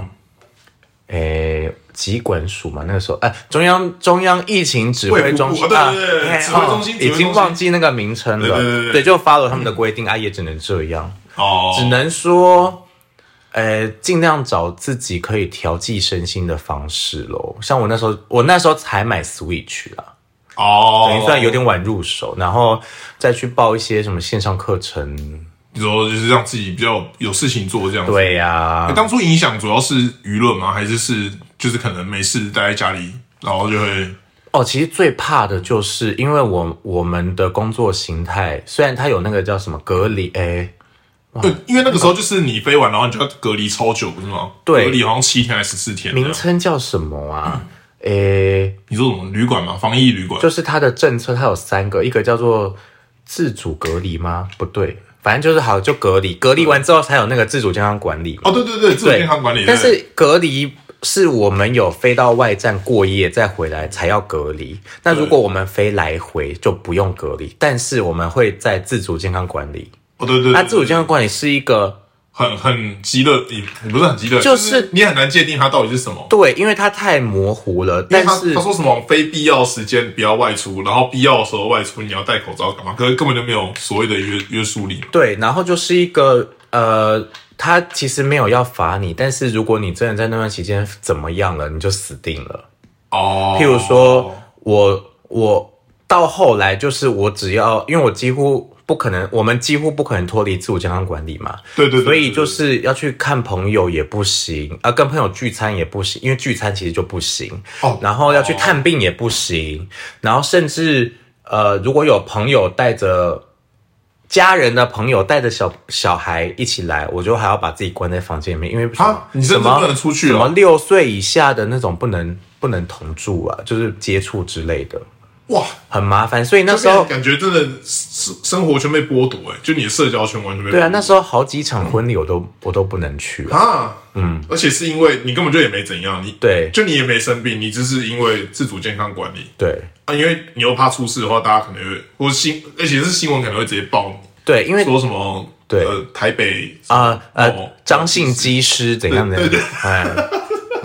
B: 疾管署嘛，那个时候中央疫情指挥中心
A: 对，指挥中心
B: 已经忘记那个名称了。对，就 follow 他们的规定也只能这样。只能说，尽量找自己可以调剂身心的方式咯。像我那时候才买 Switch 啦，等于算有点晚入手，然后再去报一些什么线上课程。
A: 你说就是让自己比较有事情做这样子。
B: 对呀。
A: 当初影响主要是舆论吗？还是就是可能没事待在家里，然后就会。
B: 其实最怕的就是因为我们的工作形态，虽然它有那个叫什么隔离，
A: 对，因为那个时候就是你飞完，然后你就要隔离超久，不是吗？对，隔离好像7天还是14天。
B: 名称叫什么啊？
A: 你说什么旅馆吗？防疫旅馆？
B: 就是它的政策，它有3个，一个叫做自主隔离吗？不对，反正就是就隔离，隔离完之后才有那个自主健康管理。
A: 对，自主健康管理。
B: 但是隔离是我们有飞到外站过夜再回来才要隔离，那如果我们飞来回就不用隔离，但是我们会在自主健康管理。
A: 对，
B: 那自主健康管理是一个
A: 很激烈，也不是很激烈，就是你很难界定它到底是什么。
B: 对，因为它太模糊了。但是
A: 他说什么非必要时间不要外出，然后必要的时候外出你要戴口罩干嘛？可是根本就没有所谓的约束力。
B: 对，然后就是一个他其实没有要罚你，但是如果你真的在那段期间怎么样了，你就死定了。譬如说我到后来就是我只要，因为我们几乎不可能脱离自主健康管理嘛。
A: 对，
B: 所以就是要去看朋友也不行，跟朋友聚餐也不行，因为聚餐其实就不行。然后要去探病也不行，然后甚至如果有朋友带着家人的朋友带着小孩一起来，我就还要把自己关在房间里面，因为
A: 你甚至不能出去
B: 什么6岁以下的那种不能同住啊，就是接触之类的。
A: 哇，
B: 很麻烦，所以那时候
A: 感觉真的生活全被剥夺，就你的社交圈完全被剥夺。
B: 对啊，那时候好几场婚礼我都不能去
A: 而且是因为你根本就也没怎样，你也没生病，你只是因为自主健康管理。
B: 对
A: 因为你又怕出事的话，大家可能会而且是新闻可能会直接报你。
B: 对，因为
A: 说什么台北
B: 张姓机师怎样的，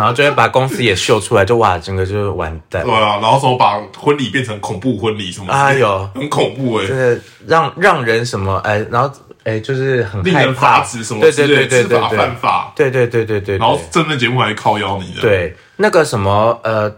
B: 然后就会把公司也秀出来，就哇，整个就完蛋。
A: 对啊，然后什么把婚礼变成恐怖婚礼什么？
B: 哎呦，
A: 很恐怖
B: 真的让人什么然后就是很
A: 令人发指什么之类的，知法犯法。
B: 对。
A: 然后政论节目还靠腰你的。
B: 对，那个什么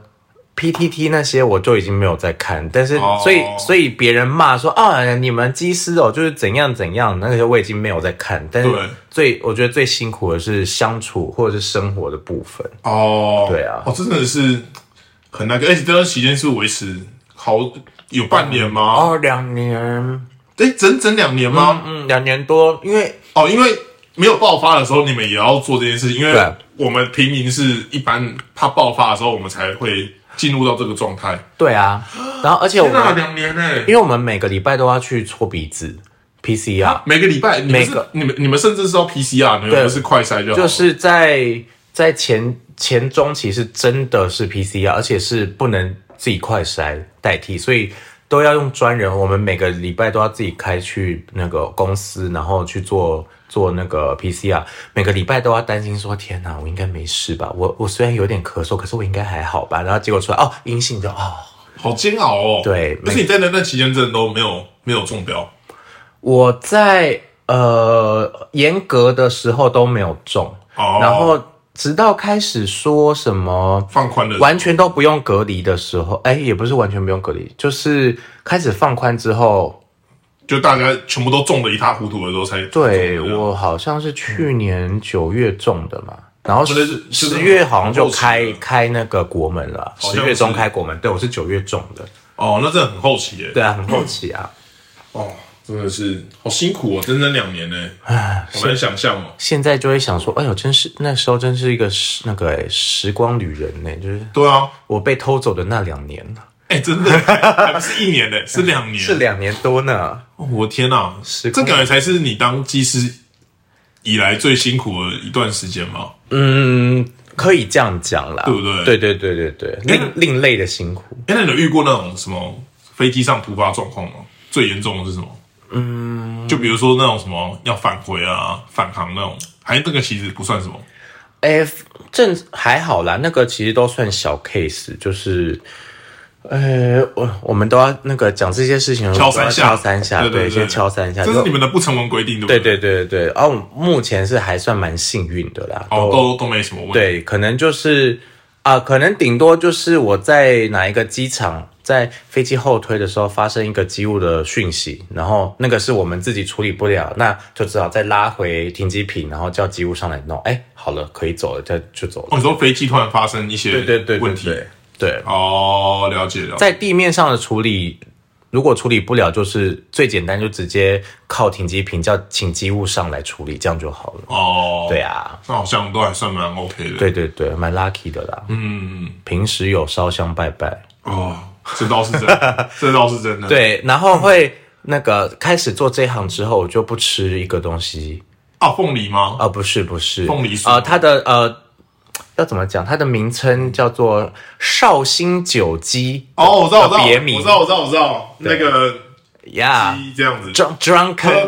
B: PTT 那些我就已经没有在看，但是所以别人骂说你们机师就是怎样怎样，那个我已经没有在看，但是我觉得最辛苦的是相处或者是生活的部分。对啊，
A: 真的是很那个，而且这段期间是维持好有半年吗
B: ？2年，
A: 整2年吗
B: ？2年多，因为
A: 没有爆发的时候，你们也要做这件事情，因为我们平民是一般怕爆发的时候，我们才会进入到这个状态。
B: 对啊，然后而且我们
A: 2年
B: 因为我们每个礼拜都要去搓鼻子 PCR，
A: 每个礼拜你们甚至是要 PCR， 你们不是快筛就好。
B: 就是在前中期是真的是 PCR， 而且是不能自己快筛代替，所以都要用专人。我们每个礼拜都要自己开去那个公司，然后去做那个 PCR， 每个礼拜都要担心说天哪，我应该没事吧？我虽然有点咳嗽，可是我应该还好吧？然后结果出来阴性就
A: 好煎熬哦。
B: 对，
A: 而且你在那段期间真的都没有中标。
B: 我在严格的时候都没有中，然后直到开始说什么
A: 放宽的
B: 完全都不用隔离的时候，也不是完全不用隔离，就是开始放宽之后。
A: 就大家全部都中得一塌糊涂的时候才
B: 对，我好像是去年9月中的嘛，然后10月好像就开那个国门了，10月中开国门，对，我是9月中的。
A: 那真的很后期耶。
B: 对啊，很后期啊。
A: 真的是好辛苦整整2年呢，好难想象哦。
B: 现在就会想说，真是那时候真是一个那个时光旅人呢，就是
A: 对啊，
B: 我被偷走的那2年。
A: 真的还不是1年呢，是2年，
B: 是2年多呢。
A: 我天哪，这感觉才是你当技师以来最辛苦的一段时间吗？
B: 可以这样讲啦，
A: 对不对？
B: 对，另类的辛苦。
A: 那你有遇过那种什么飞机上突发状况吗？最严重的是什么？就比如说那种什么要返回返航那种，还那个其实不算什么。
B: 还好啦，那个其实都算小 case，就是。我们都要那个讲这些事情，
A: 敲3
B: 下，对，先敲3下，
A: 这是你们的不成文规定，对不
B: 对？对。目前是还算蛮幸运的啦，
A: 都没什么问题。
B: 对，可能就是可能顶多就是我在哪一个机场，在飞机后推的时候发生一个机务的讯息，然后那个是我们自己处理不了，那就只好再拉回停机坪，然后叫机务上来弄。好了，可以走了，就走了。
A: 你说飞机突然发生一些问题。
B: 对，
A: 了解。
B: 在地面上的处理，如果处理不了，就是最简单，就直接靠停机坪请机务上来处理，这样就好了。对啊，
A: 那好像都还算蛮 OK 的。
B: 对，蛮 lucky 的啦。平时有烧香拜拜。
A: 这倒是真的，这倒是真的。
B: 对，然后会那个开始做这行之后，我就不吃一个东西。
A: 凤梨吗？
B: 不是，
A: 凤梨酥。
B: 它的要怎么讲？它的名称叫做绍兴酒鸡。
A: 我知道，
B: 别名。
A: 我知道，那个鸡这样子。
B: Drunken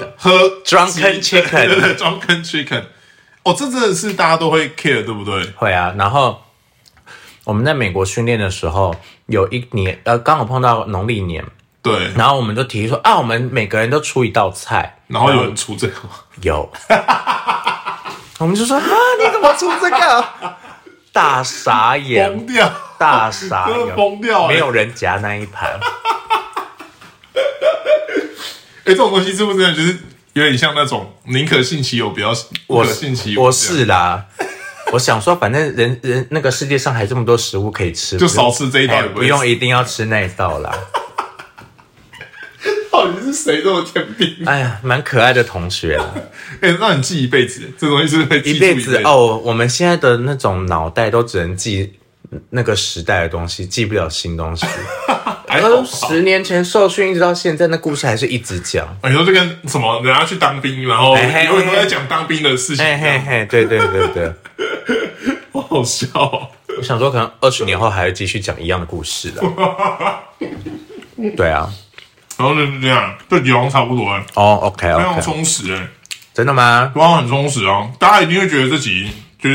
B: chicken，
A: Drunken chicken。这真的是大家都会 care， 对不对？
B: 会啊。然后我们在美国训练的时候，有一年刚好碰到农历年，
A: 对。
B: 然后我们就提议说我们每个人都出一道菜，
A: 然后有人出这个吗？
B: 有。我们就说你怎么出这个？大傻眼，
A: 疯掉，
B: 大傻眼，
A: 疯掉，
B: 没有人夹那一盘。
A: 这种东西是不是真的就是有点像那种宁可信其有，不可信其有？
B: 我是啦，我想说，反正人那个世界上还这么多食物可以吃，
A: 就少吃这一道，
B: 不用一定要吃那一道啦。
A: 到底是谁这么天兵？
B: 蛮可爱的同学啦。
A: 让你记一辈子，这东西是会记住
B: 一辈子我们现在的那种脑袋都只能记那个时代的东西，记不了新东西。10年前受训一直到现在，那故事还是一直讲。
A: 你说这跟什么人家去当兵，然后永远都在讲当兵的事情。
B: 对，
A: 好好笑。
B: 我想说，可能20年后还会继续讲一样的故事的。对啊。
A: 然后就是这样，对底好差不多
B: OK，
A: 非常充实
B: 真的吗？
A: 对啊，很充实啊！大家一定会觉得这集就是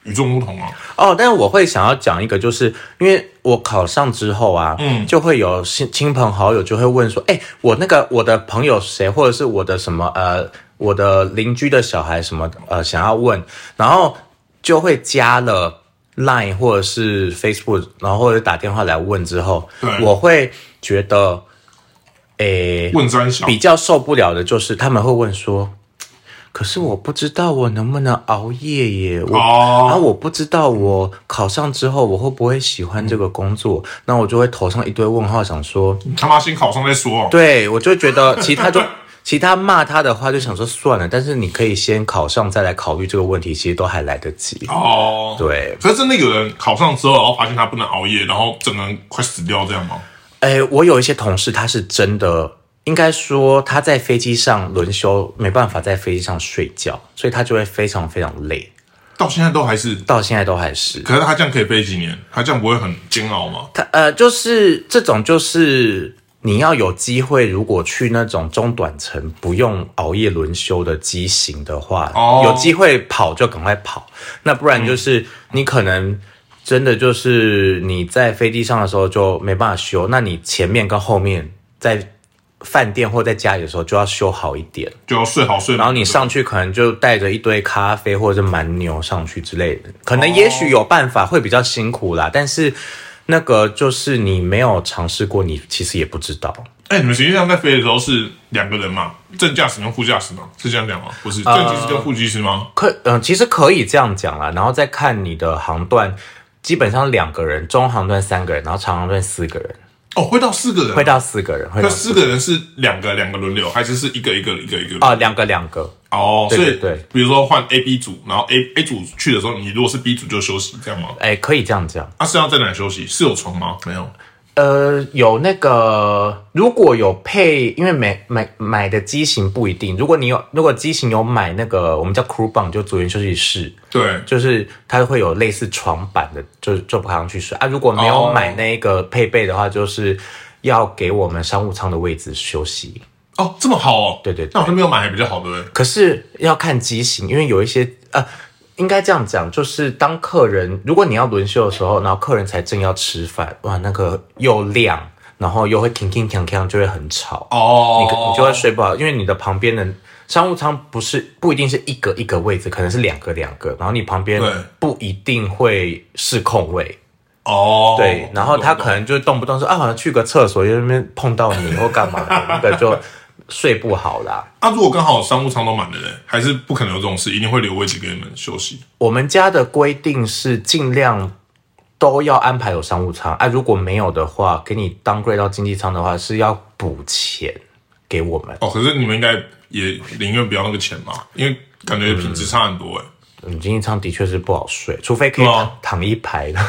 A: 与众不同啊。
B: 哦，但是我会想要讲一个，就是因为我考上之后啊，就会有亲朋好友就会问说，我的朋友谁，或者是我的什么我的邻居的小孩什么想要问，然后就会加了 Line 或者是 Facebook， 然后或者打电话来问之后，我会觉得，
A: 问三小
B: 比较受不了的就是他们会问说。可是我不知道我能不能熬夜耶，然后我不知道我考上之后我会不会喜欢这个工作，那我就会头上一堆问号，想说
A: 你他妈先考上再说。
B: 对，我就觉得其他骂他的话就想说算了，但是你可以先考上再来考虑这个问题，其实都还来得及。对。
A: 可是真的有人考上之后，然后发现他不能熬夜，然后整个人快死掉这样吗？
B: 我有一些同事他是真的。应该说他在飞机上轮休，没办法在飞机上睡觉，所以他就会非常非常累。
A: 到现在都还是。
B: 可
A: 是他这样可以飞几年？他这样不会很煎熬吗？
B: 就是这种，就是你要有机会，如果去那种中短程不用熬夜轮休的机型的话，有机会跑就赶快跑。那不然就是你可能真的就是你在飞机上的时候就没办法休，那你前面跟后面在饭店或在家里的时候就要休好一点，
A: 就要睡好睡。
B: 然后你上去可能就带着一堆咖啡或者是蛮牛上去之类的，可能也许有办法，会比较辛苦啦。但是那个就是你没有尝试过，你其实也不知道。
A: 你们实际上在飞的时候是2个人嘛？正驾驶跟副驾驶吗？是这样讲吗？不是，正机师跟副机师吗？
B: 其实可以这样讲啦。然后再看你的航段，基本上2个人，中航段3个人，然后长航段4个人。
A: 会到4个人，
B: 会到4个人。
A: 那4个人是两个轮流，还是一个
B: 两个。
A: 所以
B: 对，
A: 比如说换 A、B 组，然后 A 组去的时候，你如果是 B 组就休息，这样吗？
B: 可以这样讲。
A: 是要在哪里休息？是有床吗？没有。
B: 有那个，如果有配，因为买的机型不一定。如果机型有买那个，我们叫 crew bunk， 就组员休息室，
A: 对，
B: 就是它会有类似床板的，就不上去睡啊。如果没有买那个配备的话，就是要给我们商务舱的位置休息。
A: 这么好哦？
B: 对。
A: 那好像没有买还比较好，对不对？
B: 可是要看机型，因为有一些应该这样讲，就是当客人，如果你要轮休的时候，然后客人才正要吃饭，哇，那个又亮，然后又会铿铿锵锵，就会很吵你就会睡不好，因为你的旁边的商务舱不一定是一个位置，可能是两个，然后你旁边不一定会是空位。对，然后他可能就动不动说好像去个厕所，在那边碰到你或干嘛的，那个就睡不好啦。
A: 如果刚好商务舱都满了呢，还是不可能有这种事，一定会留位置给你们休息。
B: 我们家的规定是尽量都要安排有商务舱如果没有的话，给你downgrade到经济舱的话是要补钱给我们。
A: 可是你们应该也宁愿不要那个钱嘛，因为感觉品质差很多
B: 经济舱的确是不好睡，除非可以躺一排的。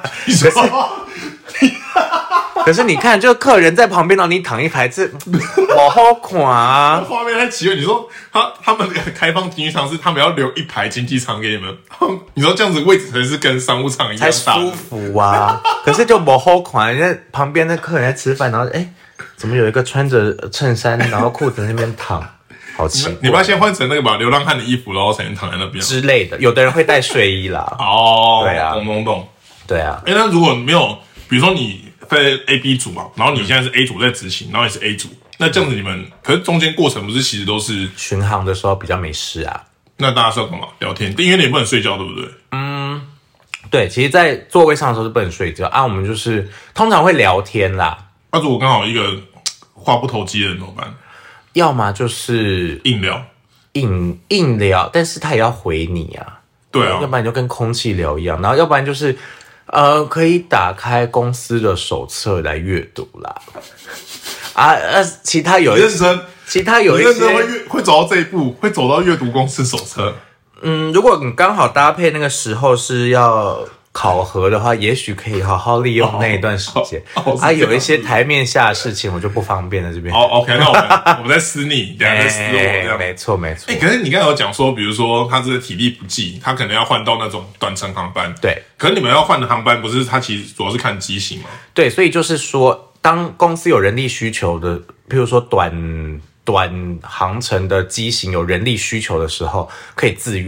B: 可是你看，就客人在旁边，然后你躺一排，这我好看啊！
A: 画面太奇怪。你说他们开放经济舱是他们要留一排经济舱给你们，你说这样子位置才是跟商务舱一样大，
B: 才舒服啊。可是就不好看，因为旁边的客人在吃饭，然后怎么有一个穿着衬衫，然后裤子在那边躺，好奇怪。
A: 你们要先换成那个流浪汉的衣服，然后才能躺在那边
B: 之类的。有的人会带睡衣啦。对啊，
A: 懂。
B: 对啊。
A: 那如果没有，比如说你飞 A、B 组嘛，然后你现在是 A 组在执行，然后也是 A 组，那这样子你们可是中间过程不是其实都是
B: 巡航的时候比较没事啊？
A: 那大家是要干嘛？聊天，因为你也不能睡觉，对不对？
B: 对，其实，在座位上的时候是不能睡觉我们就是通常会聊天啦。
A: 如果刚好一个话不投机的人怎么办？
B: 要么就是
A: 硬聊，
B: 硬聊，但是他也要回你啊。
A: 对啊，
B: 要不然就跟空气聊一样，然后要不然就是可以打开公司的手册来阅读啦。其他有一些，
A: 会走到这一步，会走到阅读公司手册。
B: 如果你刚好搭配那个时候是要考核的话，也许可以好好利用那一段时间。有一些台面下的事情我就不方便了这边。
A: OK， 那我们在私你，等下再私我这样。
B: 没错。
A: 可是你刚才有讲说，比如说他这个体力不济，他可能要换到那种短程航班。
B: 对。
A: 可是你们要换的航班，不是他其实主要是看机型吗？
B: 对，所以就是说，当公司有人力需求的，譬如说短航程的机型有人力需求的时候，可以自愿。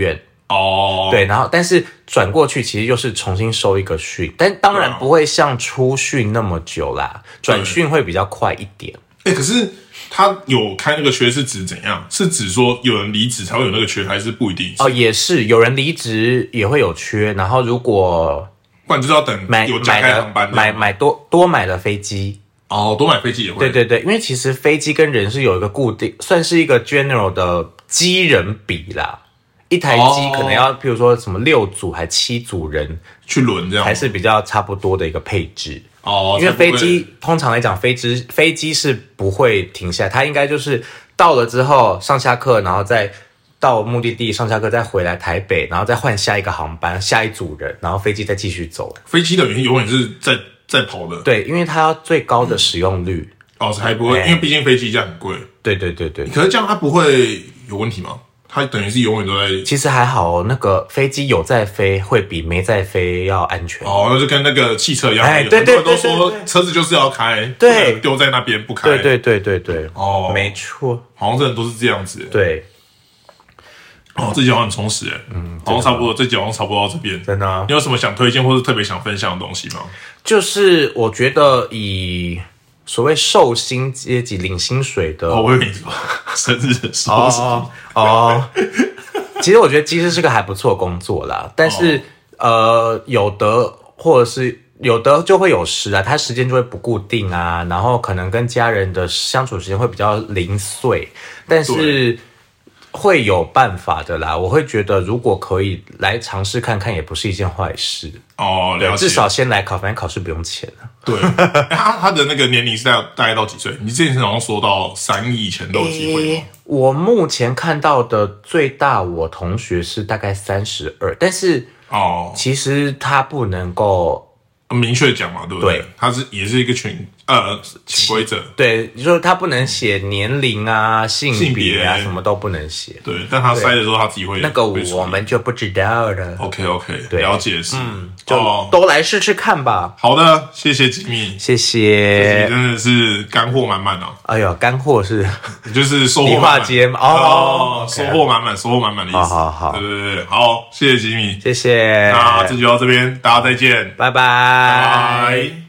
A: 哦，
B: 对，然后但是转过去其实又是重新收一个训，但当然不会像初训那么久啦，转训会比较快一点。
A: 可是他有开那个缺是指怎样？是指说有人离职才会有那个缺，还是不一定？
B: 也是有人离职也会有缺，然后如果
A: 不然就是要等有加开航班
B: 买多买了飞机。
A: 多买飞机也会。
B: 对，因为其实飞机跟人是有一个固定，算是一个 general 的机人比啦。一台机可能要，譬如说什么6组还7组人
A: 去轮这样，
B: 才是比较差不多的一个配置。
A: 因
B: 为飞机通常来讲，飞机是不会停下来，它应该就是到了之后上下课，然后再到目的地上下课，再回来台北，然后再换下一个航班，下一组人，然后飞机再继续走。
A: 飞机的原因永远是在跑的，
B: 对，因为它要最高的使用率。
A: 还不会，因为毕竟飞机价很贵。
B: 对。
A: 可是这样它不会有问题吗？它等于是永远都在。
B: 其实还好哦，那个飞机有在飞，会比没在飞要安全。
A: 那就跟那个汽车一样。
B: 对，
A: 很多人都说车子就是要开，
B: 对，
A: 丢在那边不开。
B: 对。没错，
A: 好像真的都是这样子。
B: 对。
A: 这集好像很充实好像差不多，这集好像差不多到这边。
B: 真的啊？
A: 你有什么想推荐或是特别想分享的东西吗？
B: 就是我觉得以所谓受薪阶级领薪水的，
A: 我跟你说，生日的时候
B: 其实我觉得机师是个还不错的工作啦，但是有的或者是有的就会有失啊，他时间就会不固定啊，然后可能跟家人的相处时间会比较零碎，但是会有办法的啦。我会觉得如果可以来尝试看看，也不是一件坏事。
A: 了解。
B: 至少先来考，反正考试不用钱啊。
A: 对，他的那个年龄是大概到几岁？你之前好像说到3亿以前都有机会吗？
B: 我目前看到的最大，我同学是大概32，但是其实他不能够
A: 明确讲嘛，对不对？对，它也是一个潜规则。
B: 对，就是他不能写年龄啊、性别啊，什么都不能写。
A: 对，但他筛的时候他自己会
B: 那个我们就不知道了。
A: OK， 了解是。
B: 就都来试试看吧。
A: 好的，谢谢吉米，
B: 谢谢，
A: 真的是干货满满哦。
B: 哎呦，干货是
A: 就是收获满满
B: 街
A: 收获满满，收获满满的意思。
B: 好，
A: 对，好，谢谢吉米，
B: 谢谢。
A: 那这就到这边，大家再见，
B: 拜拜。